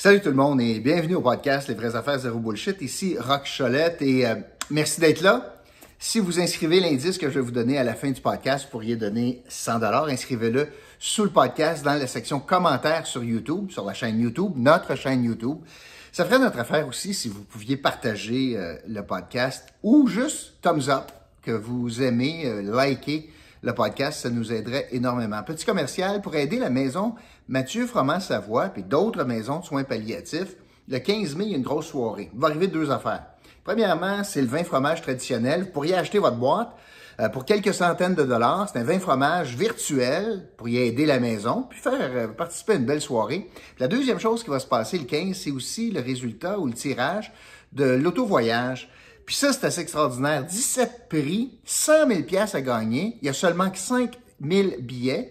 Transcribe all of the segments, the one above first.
Salut tout le monde et bienvenue au podcast Les vraies affaires zéro bullshit. Ici Roch Cholette et merci d'être là. Si vous inscrivez l'indice que je vais vous donner à la fin du podcast, vous pourriez donner 100 $. Inscrivez-le sous le podcast dans la section commentaires sur YouTube, sur la chaîne YouTube, notre chaîne YouTube. Ça ferait notre affaire aussi si vous pouviez partager le podcast ou juste thumbs up que vous aimez, liker le podcast, ça nous aiderait énormément. Petit commercial pour aider la maison Mathieu Froment-Savoie puis d'autres maisons de soins palliatifs. Le 15 mai, il y a une grosse soirée. Il va arriver deux affaires. Premièrement, c'est le vin fromage traditionnel. Vous pourriez acheter votre boîte pour quelques centaines de dollars. C'est un vin fromage virtuel. Vous pourriez aider la maison puis faire participer à une belle soirée. Puis la deuxième chose qui va se passer le 15, c'est aussi le résultat ou le tirage de l'auto-voyage. Puis ça, c'est assez extraordinaire. 17 prix, 100 000 $ à gagner. Il y a seulement que 5 000 billets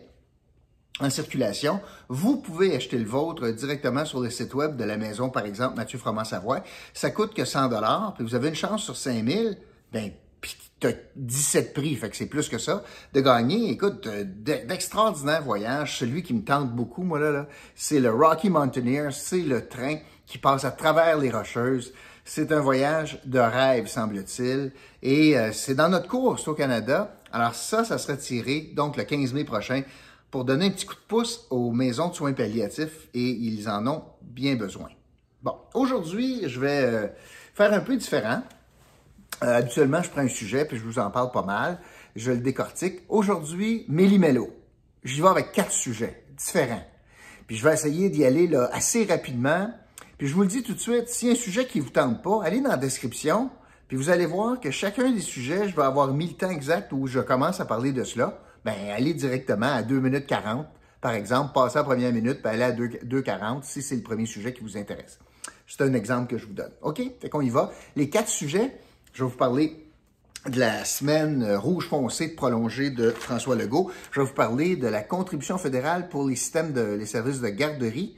en circulation. Vous pouvez acheter le vôtre directement sur le site web de la maison, par exemple, Mathieu Froment-Savoie. Ça coûte que 100 $, puis vous avez une chance sur 5 000, puis tu as 17 prix, fait que c'est plus que ça, de gagner. Écoute, d'extraordinaires voyages. Celui qui me tente beaucoup, moi, là, c'est le Rocky Mountaineer. C'est le train qui passe à travers les Rocheuses. C'est un voyage de rêve, semble-t-il, et c'est dans notre course au Canada. Alors ça serait tiré, donc le 15 mai prochain, pour donner un petit coup de pouce aux maisons de soins palliatifs, et ils en ont bien besoin. Bon, aujourd'hui, je vais faire un peu différent. Habituellement, je prends un sujet, puis je vous en parle pas mal. Je le décortique. Aujourd'hui, méli-mélo. J'y vais avec 4 sujets différents. Puis je vais essayer d'y aller là, assez rapidement. Puis je vous le dis tout de suite, s'il y a un sujet qui ne vous tente pas, allez dans la description, puis vous allez voir que chacun des sujets, je vais avoir mis le temps exact où je commence à parler de cela. Bien, allez directement à 2 minutes 40, par exemple, passez à la première minute, puis allez à 2:40 si c'est le premier sujet qui vous intéresse. C'est un exemple que je vous donne. OK? Fait qu'on y va. Les 4 sujets, je vais vous parler de la semaine rouge foncé prolongée de François Legault. Je vais vous parler de la contribution fédérale pour les services de garderie,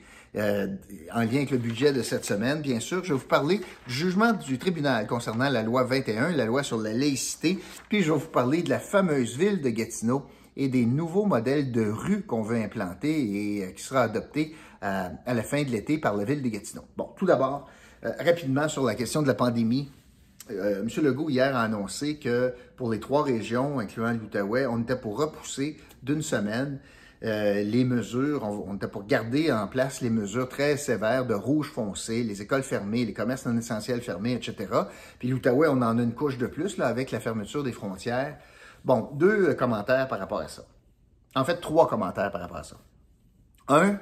en lien avec le budget de cette semaine, bien sûr. Je vais vous parler du jugement du tribunal concernant la loi 21, la loi sur la laïcité, puis je vais vous parler de la fameuse ville de Gatineau et des nouveaux modèles de rues qu'on veut implanter et qui sera adopté à la fin de l'été par la ville de Gatineau. Bon, tout d'abord, rapidement sur la question de la pandémie. M. Legault, hier, a annoncé que pour les 3 régions, incluant l'Outaouais, on était pour repousser d'une semaine les mesures, on était pour garder en place les mesures très sévères de rouge foncé, les écoles fermées, les commerces non essentiels fermés, etc. Puis l'Outaouais, on en a une couche de plus là, avec la fermeture des frontières. Bon, 2 commentaires par rapport à ça. En fait, 3 commentaires par rapport à ça. 1,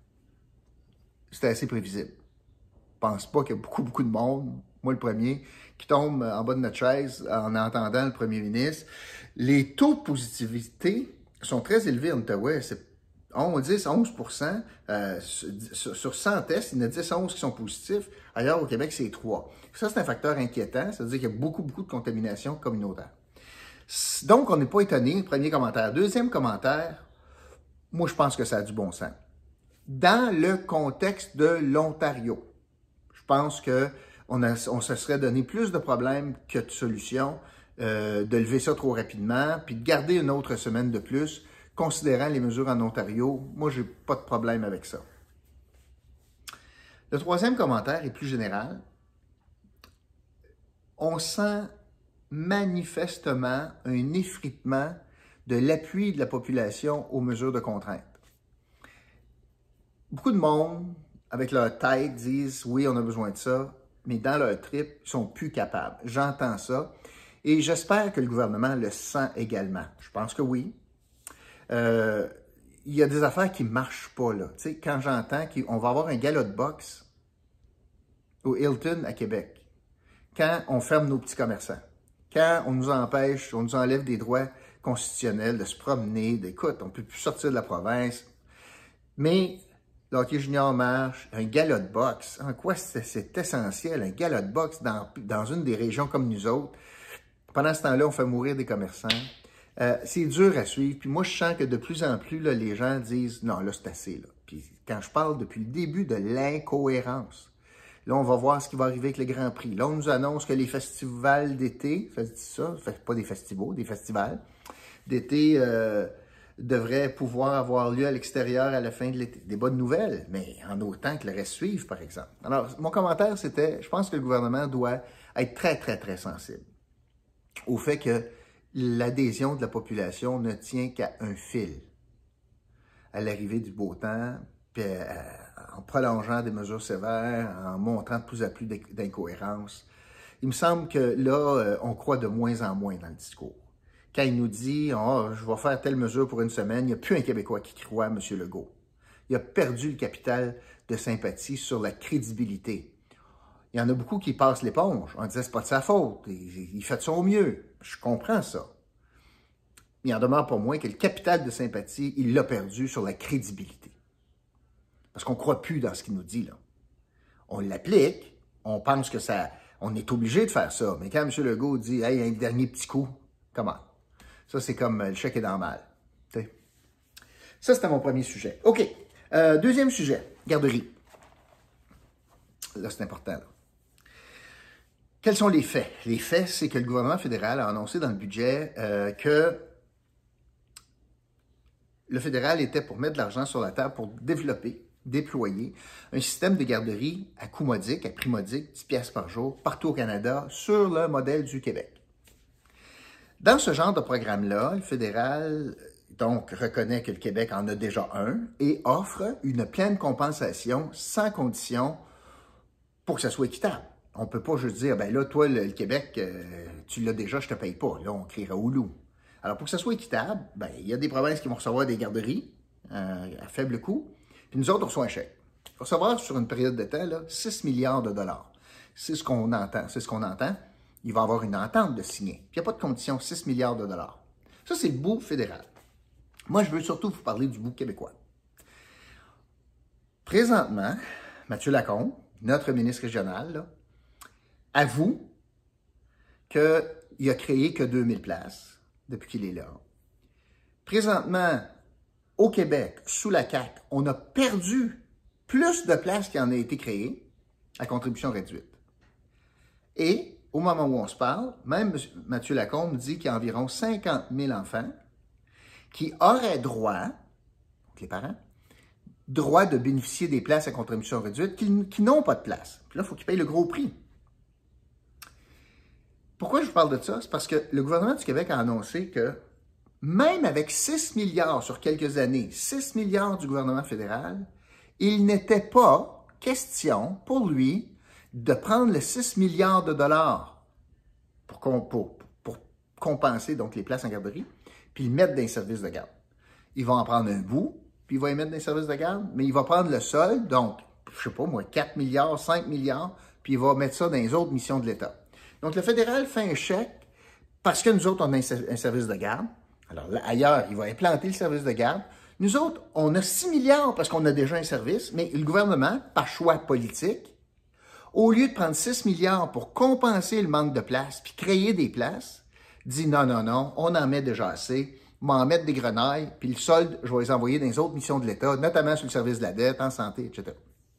c'était assez prévisible. Je pense pas qu'il y a beaucoup de monde, moi le premier, qui tombe en bas de notre chaise en entendant le premier ministre. Les taux de positivité sont très élevés en Outaouais. C'est 10-11 %. Sur 100 tests, il y en a 10-11 qui sont positifs. Ailleurs, au Québec, c'est 3. Ça, c'est un facteur inquiétant. Ça veut dire qu'il y a beaucoup de contamination communautaire. Donc, on n'est pas étonné. Premier commentaire. Deuxième commentaire, moi, je pense que ça a du bon sens. Dans le contexte de l'Ontario, je pense qu'on se serait donné plus de problèmes que de solutions, de lever ça trop rapidement, puis de garder une autre semaine de plus, considérant les mesures en Ontario. Moi, j'ai pas de problème avec ça. Le troisième commentaire est plus général. On sent manifestement un effritement de l'appui de la population aux mesures de contrainte. Beaucoup de monde, avec leur tête, disent « oui, on a besoin de ça », mais dans leur trip, ils sont plus capables. J'entends ça. Et j'espère que le gouvernement le sent également. Je pense que oui. Il y a des affaires qui ne marchent pas, là. Tu sais, quand j'entends qu'on va avoir un gala de boxe au Hilton à Québec, quand on ferme nos petits commerçants, quand on nous empêche, on nous enlève des droits constitutionnels de se promener, d'écoute, on ne peut plus sortir de la province. Mais le hockey junior marche, un gala de boxe, en quoi c'est essentiel, un gala de boxe dans une des régions comme nous autres. Pendant ce temps-là, on fait mourir des commerçants. C'est dur à suivre. Puis moi, je sens que de plus en plus, là, les gens disent « non, là, c'est assez. » Puis quand je parle depuis le début de l'incohérence, là, on va voir ce qui va arriver avec le Grand Prix. Là, on nous annonce que les festivals d'été, ça se dit ça, pas des festivals, des festivals d'été devrait pouvoir avoir lieu à l'extérieur à la fin de l'été. Des bonnes nouvelles, mais en autant que le reste suive, par exemple. Alors, mon commentaire, c'était, je pense que le gouvernement doit être très, très, très sensible au fait que l'adhésion de la population ne tient qu'à un fil. À l'arrivée du beau temps, puis en prolongeant des mesures sévères, en montrant de plus en plus d'incohérences. Il me semble que là, on croit de moins en moins dans le discours. Quand il nous dit « Oh, je vais faire telle mesure pour une semaine », il n'y a plus un Québécois qui croit à M. Legault. Il a perdu le capital de sympathie sur la crédibilité. Il y en a beaucoup qui passent l'éponge. On disait « c'est pas de sa faute, il fait de son mieux ». Je comprends ça. Il en demeure pas moins que le capital de sympathie, il l'a perdu sur la crédibilité. Parce qu'on ne croit plus dans ce qu'il nous dit, là. On l'applique, on pense que ça... On est obligé de faire ça. Mais quand M. Legault dit « Hey, un dernier petit coup », comment? Ça, c'est comme le chèque est dans le mal. T'sais. Ça, c'était mon premier sujet. OK. Deuxième sujet, garderie. Là, c'est important, là. Quels sont les faits? Les faits, c'est que le gouvernement fédéral a annoncé dans le budget que le fédéral était pour mettre de l'argent sur la table pour développer, déployer un système de garderie à coût modique, à prix modique, 10 piastres par jour, partout au Canada, sur le modèle du Québec. Dans ce genre de programme-là, le fédéral donc reconnaît que le Québec en a déjà un et offre une pleine compensation sans condition pour que ça soit équitable. On ne peut pas juste dire, ben là, toi, le Québec, tu l'as déjà, je ne te paye pas. Là, on criera au loup. Alors, pour que ça soit équitable, ben, il y a des provinces qui vont recevoir des garderies à faible coût, puis nous autres, on reçoit un chèque. Il faut recevoir sur une période de temps, là, 6 milliards de dollars. C'est ce qu'on entend. C'est ce qu'on entend. Il va y avoir une entente de signer. Puis il n'y a pas de condition, 6 milliards de dollars. Ça, c'est le bout fédéral. Moi, je veux surtout vous parler du bout québécois. Présentement, Mathieu Lacombe, notre ministre régional, là, avoue qu'il n'a créé que 2000 places depuis qu'il est là. Présentement, au Québec, sous la CAQ, on a perdu plus de places qu'il en a été créées à contribution réduite. Et, au moment où on se parle, même Mathieu Lacombe dit qu'il y a environ 50 000 enfants qui auraient droit, donc les parents, droit de bénéficier des places à contribution réduite qui n'ont pas de place. Puis là, il faut qu'ils payent le gros prix. Pourquoi je vous parle de ça? C'est parce que le gouvernement du Québec a annoncé que même avec 6 milliards sur quelques années, 6 milliards du gouvernement fédéral, il n'était pas question pour lui de prendre les 6 milliards de dollars pour compenser donc les places en garderie, puis le mettre dans les services de garde. Il va en prendre un bout, puis il va les mettre dans les services de garde, mais il va prendre le solde, donc, je sais pas moi, 4 milliards, 5 milliards, puis il va mettre ça dans les autres missions de l'État. Donc, le fédéral fait un chèque parce que nous autres, on a un service de garde. Alors, là, ailleurs, il va implanter le service de garde. Nous autres, on a 6 milliards parce qu'on a déjà un service, mais le gouvernement, par choix politique, au lieu de prendre 6 milliards pour compenser le manque de place puis créer des places, dit non, non, non, on en met déjà assez, on va en mettre des grenailles, puis le solde, je vais les envoyer dans les autres missions de l'État, notamment sur le service de la dette, en santé, etc.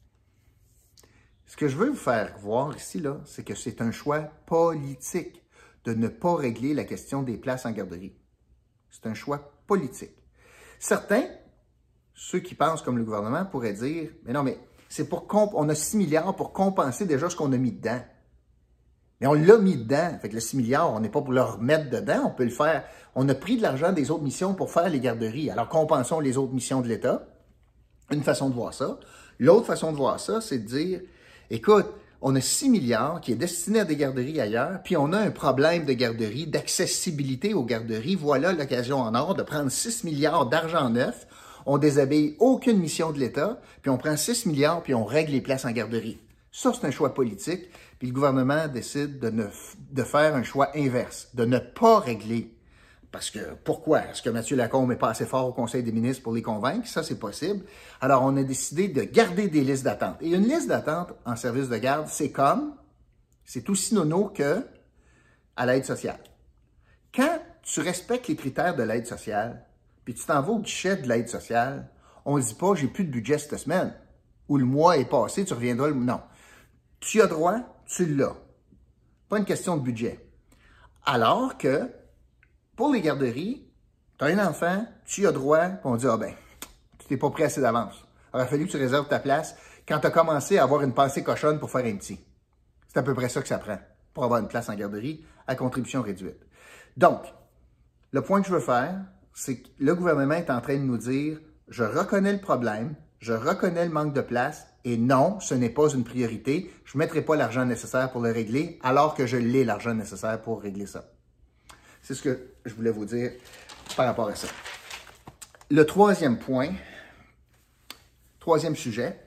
Ce que je veux vous faire voir ici, là, c'est que c'est un choix politique de ne pas régler la question des places en garderie. C'est un choix politique. Certains, ceux qui pensent comme le gouvernement, pourraient dire « Mais non, mais c'est on a 6 milliards pour compenser déjà ce qu'on a mis dedans. » Mais on l'a mis dedans. Fait que le 6 milliards, on n'est pas pour le remettre dedans, on peut le faire. On a pris de l'argent des autres missions pour faire les garderies. Alors, compensons les autres missions de l'État. Une façon de voir ça. L'autre façon de voir ça, c'est de dire écoute, on a 6 milliards qui est destiné à des garderies ailleurs, puis on a un problème de garderie, d'accessibilité aux garderies. Voilà l'occasion en or de prendre 6 milliards d'argent neuf. On déshabille aucune mission de l'État, puis on prend 6 milliards, puis on règle les places en garderie. Ça, c'est un choix politique, puis le gouvernement décide de faire un choix inverse, de ne pas régler. Parce que, pourquoi? Est-ce que Mathieu Lacombe n'est pas assez fort au Conseil des ministres pour les convaincre? Ça, c'est possible. Alors, on a décidé de garder des listes d'attente. Et une liste d'attente en service de garde, c'est aussi nono que à l'aide sociale. Quand tu respectes les critères de l'aide sociale, puis tu t'en vas au guichet de l'aide sociale, on ne dit pas, j'ai plus de budget cette semaine, ou le mois est passé, tu reviendras. Non. Tu as droit, tu l'as. Pas une question de budget. Alors que, pour les garderies, Tu as un enfant, tu y as droit, puis on dit, ah ben, tu t'es pas pris assez d'avance. Il aurait fallu que tu réserves ta place quand tu as commencé à avoir une pensée cochonne pour faire un petit. C'est à peu près ça que ça prend pour avoir une place en garderie à contribution réduite. Donc, le point que je veux faire, c'est que le gouvernement est en train de nous dire, je reconnais le problème, je reconnais le manque de place, et non, ce n'est pas une priorité. Je ne mettrai pas l'argent nécessaire pour le régler, alors que je l'ai l'argent nécessaire pour régler ça. C'est ce que je voulais vous dire par rapport à ça. Le troisième point, troisième sujet,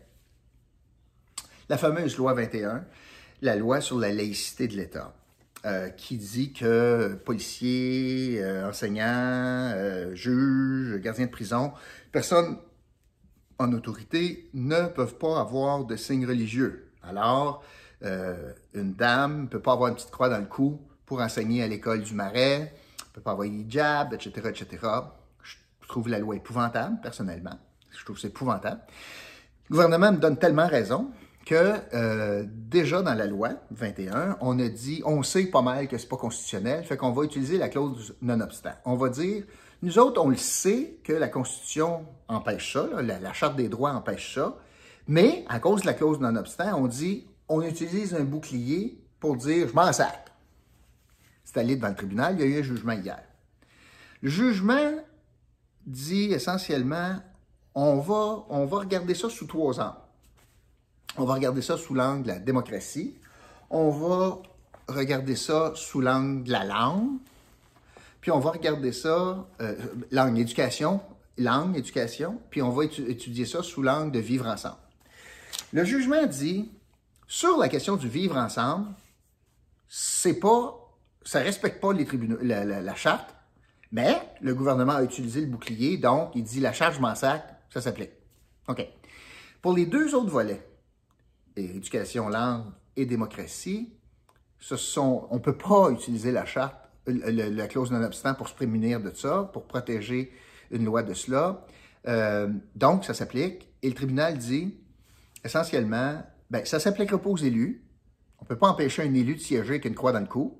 la fameuse loi 21, la loi sur la laïcité de l'État, qui dit que policiers, enseignants, juges, gardiens de prison, personnes en autorité ne peuvent pas avoir de signes religieux. Alors, une dame ne peut pas avoir une petite croix dans le cou pour enseigner à l'école du Marais, ne peut pas avoir hijab, etc., etc. Je trouve la loi épouvantable, personnellement. Je trouve que c'est épouvantable. Le gouvernement me donne tellement raison que déjà dans la loi 21, on a dit, on sait pas mal que c'est pas constitutionnel, fait qu'on va utiliser la clause nonobstant. On va dire, nous autres, on le sait que la Constitution empêche ça, là, la Charte des droits empêche ça, mais à cause de la clause nonobstant, on dit, on utilise un bouclier pour dire, je m'en sac. C'est allé devant le tribunal, il y a eu un jugement hier. Le jugement dit essentiellement, on va regarder ça sous 3 angles. On va regarder ça sous l'angle de la démocratie. On va regarder ça sous l'angle de la langue. Puis on va regarder ça, langue éducation, puis on va étudier ça sous l'angle de vivre ensemble. Le jugement dit, sur la question du vivre ensemble, ça respecte pas les tribunaux, la charte, mais le gouvernement a utilisé le bouclier, donc il dit la charte, je m'en sac, ça s'applique. OK. Pour les 2 autres volets, éducation, langue et démocratie, on ne peut pas utiliser la charte, la clause non-obstant pour se prémunir de ça, pour protéger une loi de cela. Donc, ça s'applique. Et le tribunal dit, essentiellement, ben, ça ne s'appliquera pas aux élus. On ne peut pas empêcher un élu de siéger avec une croix dans le cou.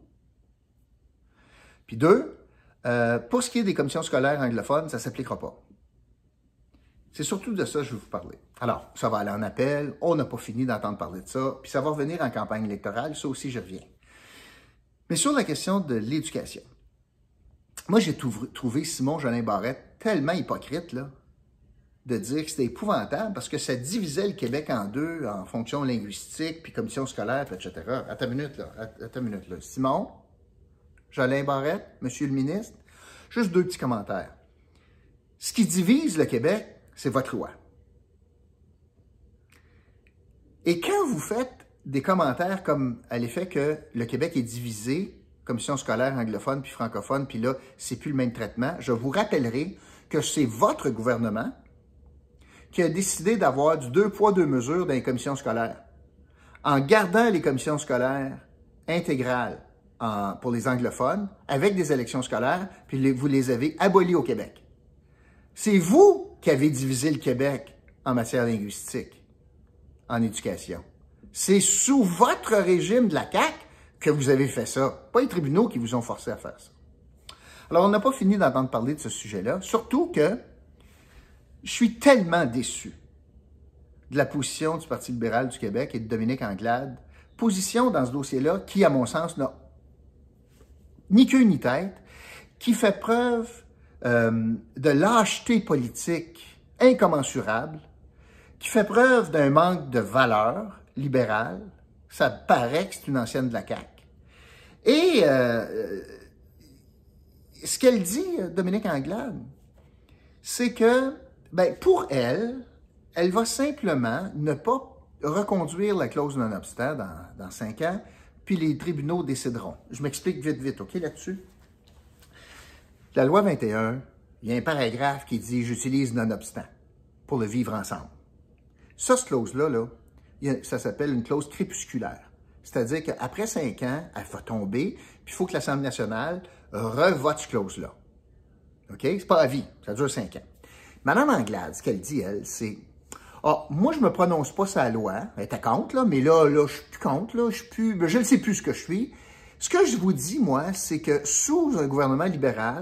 Puis 2, pour ce qui est des commissions scolaires anglophones, ça ne s'appliquera pas. C'est surtout de ça que je vais vous parler. Alors, ça va aller en appel, on n'a pas fini d'entendre parler de ça, puis ça va revenir en campagne électorale, ça aussi, je reviens. Mais sur la question de l'éducation, moi, j'ai trouvé Simon Jolin Barrette tellement hypocrite, là, de dire que c'était épouvantable parce que ça divisait le Québec en 2 en fonction linguistique, puis commission scolaire, etc. Attends une minute, là. Simon Jolin Barrette, monsieur le ministre, juste 2 petits commentaires. Ce qui divise le Québec, c'est votre loi. Et quand vous faites des commentaires comme à l'effet que le Québec est divisé, commission scolaire anglophone puis francophone, puis là, c'est plus le même traitement, je vous rappellerai que c'est votre gouvernement qui a décidé d'avoir du 2 poids, 2 mesures dans les commissions scolaires. En gardant les commissions scolaires intégrales pour les anglophones, avec des élections scolaires, puis vous les avez abolies au Québec. C'est vous qui avez divisé le Québec en matière linguistique, en éducation. C'est sous votre régime de la CAQ que vous avez fait ça, pas les tribunaux qui vous ont forcé à faire ça. Alors, on n'a pas fini d'entendre parler de ce sujet-là, surtout que je suis tellement déçu de la position du Parti libéral du Québec et de Dominique Anglade, position dans ce dossier-là qui, à mon sens, n'a ni queue ni tête, qui fait preuve de lâcheté politique incommensurable, qui fait preuve d'un manque de valeur libérale. Ça paraît que c'est une ancienne de la CAQ. Et ce qu'elle dit, Dominique Anglade, c'est que, ben, pour elle, elle va simplement ne pas reconduire la clause non-obstant dans 5 ans, puis les tribunaux décideront. Je m'explique vite, OK, là-dessus? La loi 21, il y a un paragraphe qui dit « J'utilise non-obstant pour le vivre ensemble ». Ça, cette clause-là, ça s'appelle une clause crépusculaire. C'est-à-dire qu'après 5 ans, elle va tomber, puis il faut que l'Assemblée nationale revote cette clause-là. OK? C'est pas à vie, ça dure 5 ans. Madame Anglade, ce qu'elle dit, elle, c'est « Ah, moi, je me prononce pas sur la loi. Elle était contre, là, mais là, je suis plus contre, là, je ne sais plus ce que je suis. Ce que je vous dis, moi, c'est que sous un gouvernement libéral,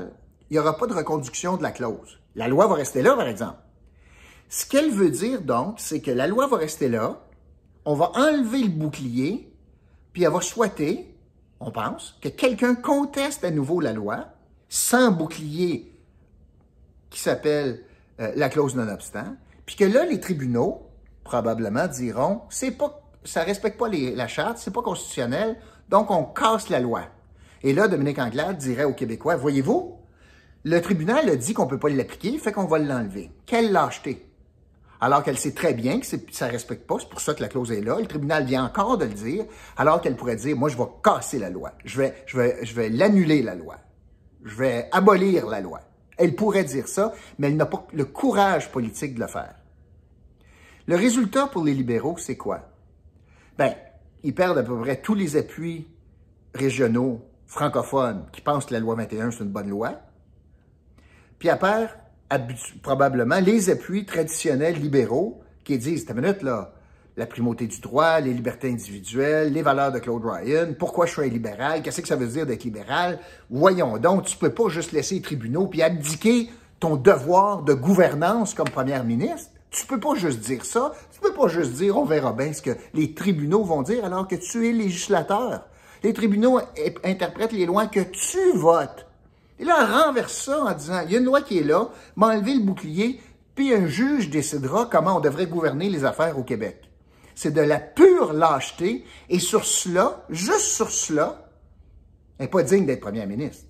il n'y aura pas de reconduction de la clause. La loi va rester là, par exemple. Ce qu'elle veut dire, donc, c'est que la loi va rester là, on va enlever le bouclier, puis elle va souhaiter, on pense, que quelqu'un conteste à nouveau la loi, sans bouclier qui s'appelle la clause non-obstant, puis que là, les tribunaux, probablement, diront, ça ne respecte pas la charte, c'est pas constitutionnel, donc on casse la loi. Et là, Dominique Anglade dirait aux Québécois, voyez-vous, le tribunal a dit qu'on ne peut pas l'appliquer, fait qu'on va l'enlever. Quelle lâcheté! Alors qu'elle sait très bien que ça ne respecte pas, c'est pour ça que la clause est là. Le tribunal vient encore de le dire, alors qu'elle pourrait dire, moi, je vais casser la loi. Je vais l'annuler, la loi. Je vais abolir la loi. Elle pourrait dire ça, mais elle n'a pas le courage politique de le faire. Le résultat pour les libéraux, c'est quoi? Bien, ils perdent à peu près tous les appuis régionaux francophones qui pensent que la loi 21, c'est une bonne loi. Puis elle perd probablement les appuis traditionnels libéraux qui disent, t'as une minute là, la primauté du droit, les libertés individuelles, les valeurs de Claude Ryan, pourquoi je suis un libéral, qu'est-ce que ça veut dire d'être libéral? Voyons donc, tu peux pas juste laisser les tribunaux puis abdiquer ton devoir de gouvernance comme première ministre. Tu peux pas juste dire ça, tu peux pas juste dire on verra bien ce que les tribunaux vont dire alors que tu es législateur. Les tribunaux interprètent les lois que tu votes. Et là, elle renverse ça en disant, il y a une loi qui est là, m'a enlevé le bouclier, puis un juge décidera comment on devrait gouverner les affaires au Québec. C'est de la pure lâcheté, et sur cela, juste sur cela, elle n'est pas digne d'être première ministre.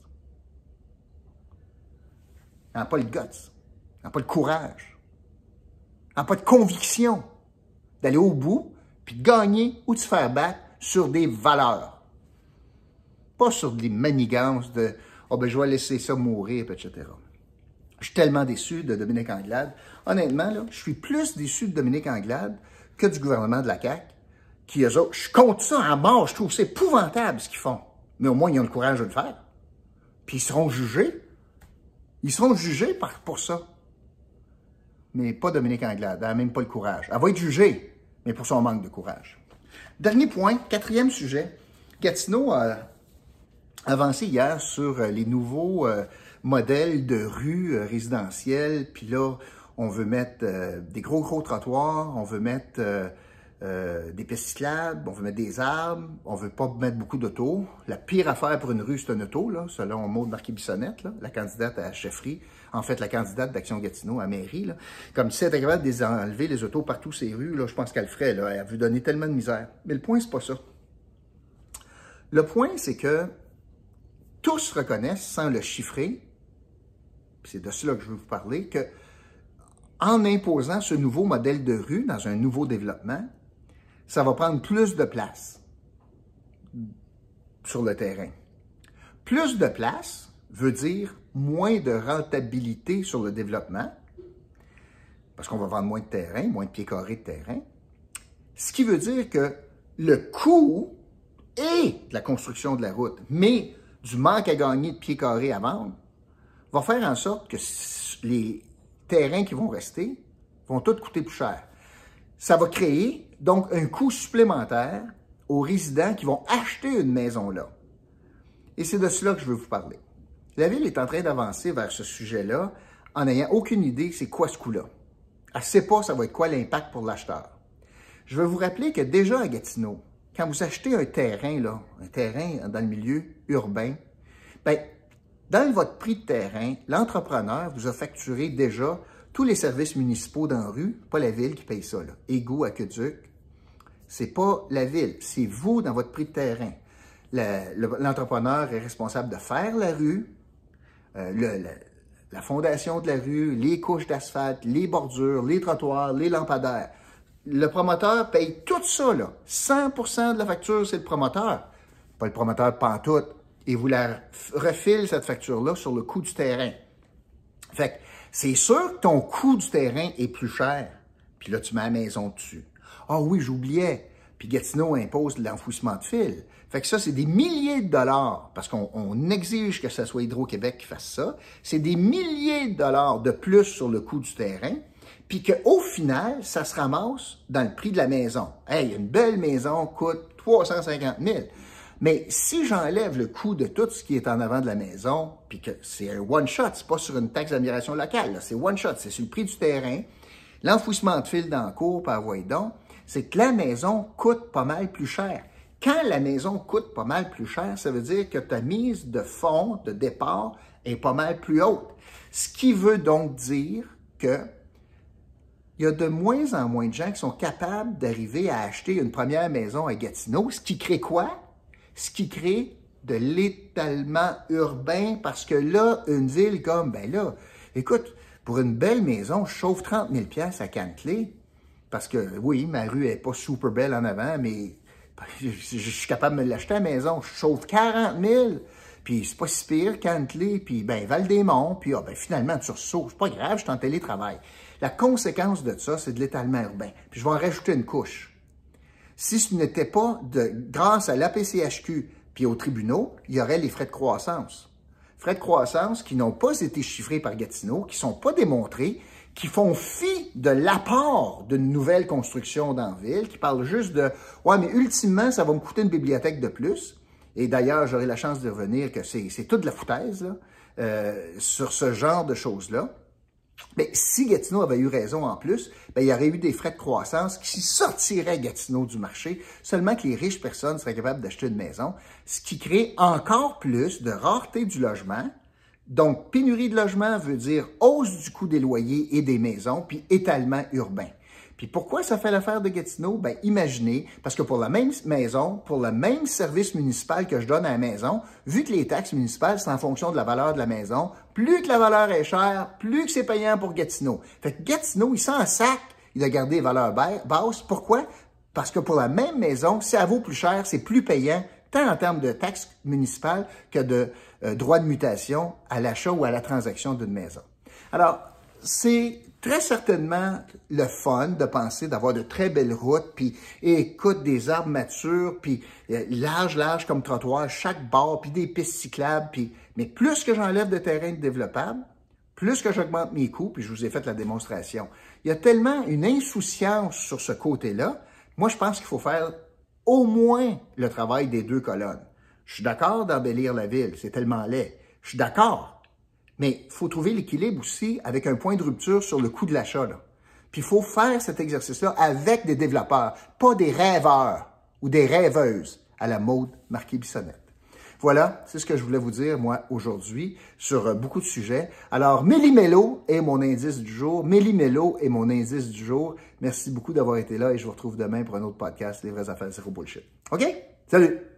Elle n'a pas le guts, elle n'a pas le courage, elle n'a pas de conviction d'aller au bout, puis de gagner ou de se faire battre sur des valeurs. Pas sur des manigances de « oh ben je vais laisser ça mourir », etc. Je suis tellement déçu de Dominique Anglade. Honnêtement, là, je suis plus déçu de Dominique Anglade que du gouvernement de la CAQ, qui, eux autres, je compte ça à mort, je trouve c'est épouvantable ce qu'ils font. Mais au moins, ils ont le courage de le faire. Puis ils seront jugés. Ils seront jugés pour ça. Mais pas Dominique Anglade, elle n'a même pas le courage. Elle va être jugée, mais pour son manque de courage. Dernier point, quatrième sujet. Gatineau a avancé hier sur les nouveaux modèles de rues résidentielles. Puis là, on veut mettre des gros trottoirs, on veut mettre des pistes cyclables, on veut mettre des arbres, on veut pas mettre beaucoup d'autos. La pire affaire pour une rue, c'est un auto, là, selon Maude Marquet-Bissonnette, la candidate à la chefferie, en fait, la candidate d'Action Gatineau à mairie. Là. Comme si elle était capable d'enlever les autos partout ces rues, là, je pense qu'elle le ferait. Là. Elle a vu donner tellement de misère. Mais le point, c'est pas ça. Le point, c'est que tous reconnaissent, sans le chiffrer, puis c'est de cela que je veux vous parler, que en imposant ce nouveau modèle de rue dans un nouveau développement, ça va prendre plus de place sur le terrain. Plus de place veut dire moins de rentabilité sur le développement, parce qu'on va vendre moins de terrain, moins de pieds carrés de terrain, ce qui veut dire que le coût et de la construction de la route, mais du manque à gagner de pieds carrés à vendre, va faire en sorte que les terrains qui vont rester vont tous coûter plus cher. Ça va créer donc un coût supplémentaire aux résidents qui vont acheter une maison là. Et c'est de cela que je veux vous parler. La Ville est en train d'avancer vers ce sujet-là en n'ayant aucune idée c'est quoi ce coût-là. Elle ne sait pas ça va être quoi l'impact pour l'acheteur. Je veux vous rappeler que déjà à Gatineau, quand vous achetez un terrain dans le milieu urbain, bien, dans votre prix de terrain, l'entrepreneur vous a facturé déjà tous les services municipaux dans la rue, pas la Ville qui paye ça, là. Égouts, aqueduc, c'est pas la Ville, c'est vous dans votre prix de terrain. L'entrepreneur est responsable de faire la rue, la fondation de la rue, les couches d'asphalte, les bordures, les trottoirs, les lampadaires. Le promoteur paye tout ça, là. 100% de la facture, c'est le promoteur. Pas le promoteur pantoute. Et vous la refile, cette facture-là, sur le coût du terrain. Fait que c'est sûr que ton coût du terrain est plus cher. Puis là, tu mets la maison dessus. Ah oui, j'oubliais. Puis Gatineau impose l'enfouissement de fil. Fait que ça, c'est des milliers de dollars, parce qu'on exige que ce soit Hydro-Québec qui fasse ça. C'est des milliers de dollars de plus sur le coût du terrain. Puis qu'au final, ça se ramasse dans le prix de la maison. Hey, une belle maison coûte 350 000. Mais si j'enlève le coût de tout ce qui est en avant de la maison, puis que c'est un one-shot, c'est pas sur une taxe d'admiration locale, là, c'est one-shot, c'est sur le prix du terrain, l'enfouissement de fil dans le cours, par voie donc, c'est que la maison coûte pas mal plus cher. Quand la maison coûte pas mal plus cher, ça veut dire que ta mise de fonds, de départ, est pas mal plus haute. Ce qui veut donc dire que il y a de moins en moins de gens qui sont capables d'arriver à acheter une première maison à Gatineau, ce qui crée quoi? Ce qui crée de l'étalement urbain, parce que là, une ville comme, ben là, écoute, pour une belle maison, je chauffe 30 000 $ à Cantley, parce que, oui, ma rue est pas super belle en avant, mais je suis capable de me l'acheter à la maison, je chauffe 40 000, puis c'est pas si pire, Cantley, puis ben Val-des-Monts, puis ben, finalement, tu ressauts, c'est pas grave, je suis en télétravail. La conséquence de ça, c'est de l'étalement urbain. Puis je vais en rajouter une couche. Si ce n'était pas grâce à l'APCHQ puis aux tribunaux, il y aurait les frais de croissance. Frais de croissance qui n'ont pas été chiffrés par Gatineau, qui ne sont pas démontrés, qui font fi de l'apport d'une nouvelle construction dans la ville, qui parlent juste de « ouais, mais ultimement, ça va me coûter une bibliothèque de plus ». Et d'ailleurs, j'aurai la chance de revenir que c'est toute de la foutaise là, sur ce genre de choses-là. Mais si Gatineau avait eu raison en plus, ben, il y aurait eu des frais de croissance qui sortiraient Gatineau du marché, seulement que les riches personnes seraient capables d'acheter une maison, ce qui crée encore plus de rareté du logement. Donc, pénurie de logement veut dire hausse du coût des loyers et des maisons, puis étalement urbain. Puis pourquoi ça fait l'affaire de Gatineau? Ben, imaginez, parce que pour la même maison, pour le même service municipal que je donne à la maison, vu que les taxes municipales, c'est en fonction de la valeur de la maison, plus que la valeur est chère, plus que c'est payant pour Gatineau. Fait que Gatineau, il s'en sac, il a gardé les valeurs basses. Pourquoi? Parce que pour la même maison, si elle vaut plus cher, c'est plus payant, tant en termes de taxes municipales que de droits de mutation à l'achat ou à la transaction d'une maison. Alors, c'est très certainement le fun de penser d'avoir de très belles routes, puis écoute, des arbres matures, puis large comme trottoir, chaque bord, puis des pistes cyclables, puis mais plus que j'enlève de terrain développable, plus que j'augmente mes coûts, puis je vous ai fait la démonstration. Il y a tellement une insouciance sur ce côté-là. Moi, je pense qu'il faut faire au moins le travail des deux colonnes. Je suis d'accord d'embellir la ville, c'est tellement laid. Je suis d'accord. Mais il faut trouver l'équilibre aussi avec un point de rupture sur le coût de l'achat. Puis il faut faire cet exercice-là avec des développeurs, pas des rêveurs ou des rêveuses à la mode Marquis-Bissonnette. Voilà, c'est ce que je voulais vous dire, moi, aujourd'hui, sur beaucoup de sujets. Alors, Méli-Mélo est mon indice du jour. Méli-Mélo est mon indice du jour. Merci beaucoup d'avoir été là et je vous retrouve demain pour un autre podcast, Les vraies affaires zéro bullshit. OK? Salut!